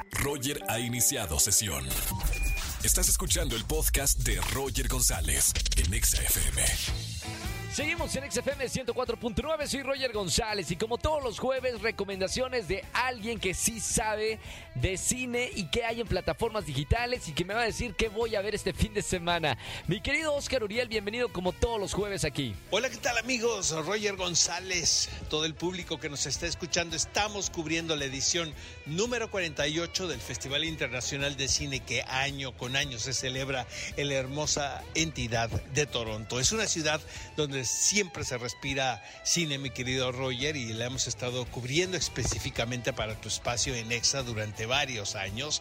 Roger ha iniciado sesión. Estás escuchando el podcast de Roger González en Exa FM. Seguimos en XFM 104.9, soy Roger González y como todos los jueves, recomendaciones de alguien que sí sabe de cine y que hay en plataformas digitales y que me va a decir qué voy a ver este fin de semana. Mi querido Oscar Uriel, bienvenido como todos los jueves aquí. Hola, ¿qué tal amigos? Roger González, todo el público que nos está escuchando, estamos cubriendo la edición número 48 del Festival Internacional de Cine que año con año se celebra en la hermosa entidad de Toronto. Es una ciudad donde siempre se respira cine, mi querido Roger, y la hemos estado cubriendo específicamente para tu espacio en Exa durante varios años.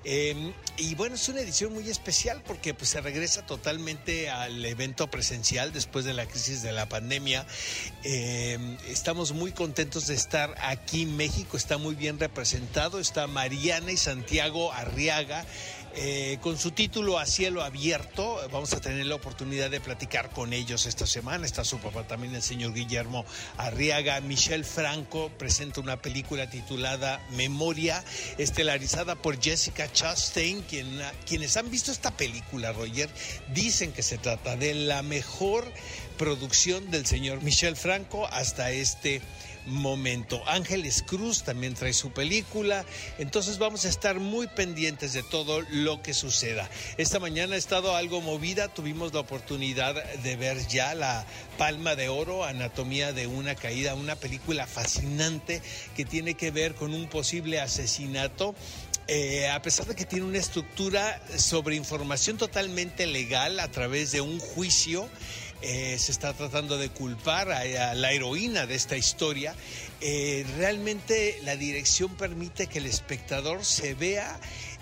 Y bueno, es una edición muy especial porque pues, se regresa totalmente al evento presencial después de la crisis de la pandemia. Estamos muy contentos de estar aquí. México está muy bien representado. Está Mariana y Santiago Arriaga. Con su título A Cielo Abierto, vamos a tener la oportunidad de platicar con ellos esta semana. Está su papá también, el señor Guillermo Arriaga. Michelle Franco presenta una película titulada Memoria, estelarizada por Jessica Chastain. Quienes han visto esta película, Roger, dicen que se trata de la mejor producción del señor Michelle Franco hasta este momento. Ángeles Cruz también trae su película, entonces vamos a estar muy pendientes de todo lo que suceda. Esta mañana ha estado algo movida, tuvimos la oportunidad de ver ya la Palma de Oro, Anatomía de una Caída, una película fascinante que tiene que ver con un posible asesinato. A pesar de que tiene una estructura sobre información totalmente legal a través de un juicio, se está tratando de culpar a la heroína de esta historia. Realmente la dirección permite que el espectador se vea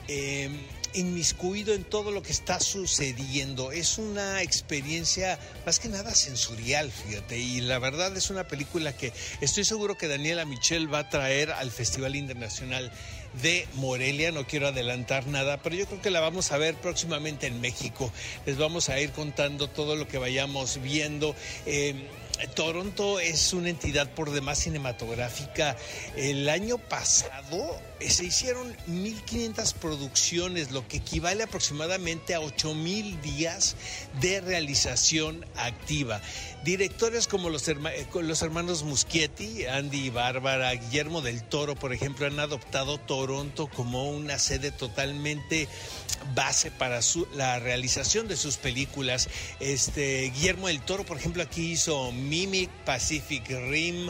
inmiscuido en todo lo que está sucediendo. Es una experiencia más que nada sensorial, fíjate, y la verdad es una película que estoy seguro que Daniela Michel va a traer al Festival Internacional de Morelia. No quiero adelantar nada, pero yo creo que la vamos a ver próximamente en México. Les vamos a ir contando todo lo que vayamos viendo. Toronto es una entidad por demás cinematográfica. El año pasado se hicieron 1,500 producciones, lo que equivale aproximadamente a 8,000 días de realización activa. Directores como los hermanos Muschietti, Andy y Bárbara, Guillermo del Toro, por ejemplo, han adoptado Toronto como una sede totalmente base para la realización de sus películas. Guillermo del Toro, por ejemplo, aquí hizo Mimic, Pacific Rim.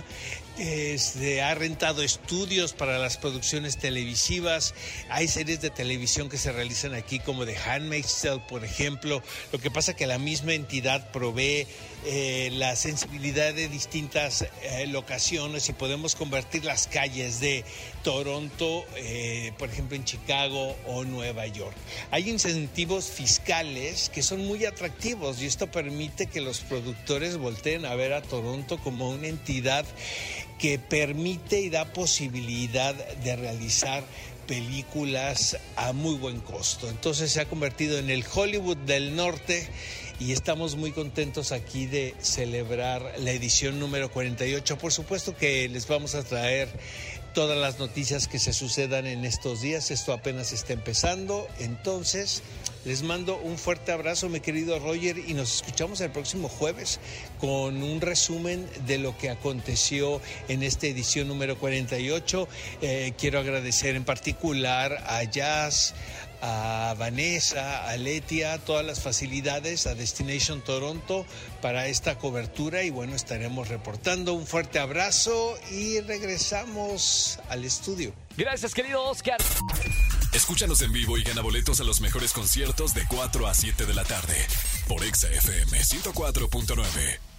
Ha rentado estudios para las producciones televisivas. Hay series de televisión que se realizan aquí como The Handmaid's Tale, por ejemplo. Lo que pasa es que la misma entidad provee la sensibilidad de distintas locaciones y podemos convertir las calles de Toronto, por ejemplo, en Chicago o Nueva York. Hay incentivos fiscales que son muy atractivos y esto permite que los productores volteen a ver a Toronto como una entidad que permite y da posibilidad de realizar películas a muy buen costo. Entonces se ha convertido en el Hollywood del norte y estamos muy contentos aquí de celebrar la edición número 48. Por supuesto que les vamos a traer todas las noticias que se sucedan en estos días. Esto apenas está empezando, entonces les mando un fuerte abrazo, mi querido Roger, y nos escuchamos el próximo jueves con un resumen de lo que aconteció en esta edición número 48. Quiero agradecer en particular a Jazz, a Vanessa, a Letia, todas las facilidades, a Destination Toronto para esta cobertura y bueno, estaremos reportando. Un fuerte abrazo y regresamos al estudio. Gracias, querido Oscar. Escúchanos en vivo y gana boletos a los mejores conciertos de 4 a 7 de la tarde por Exa FM 104.9.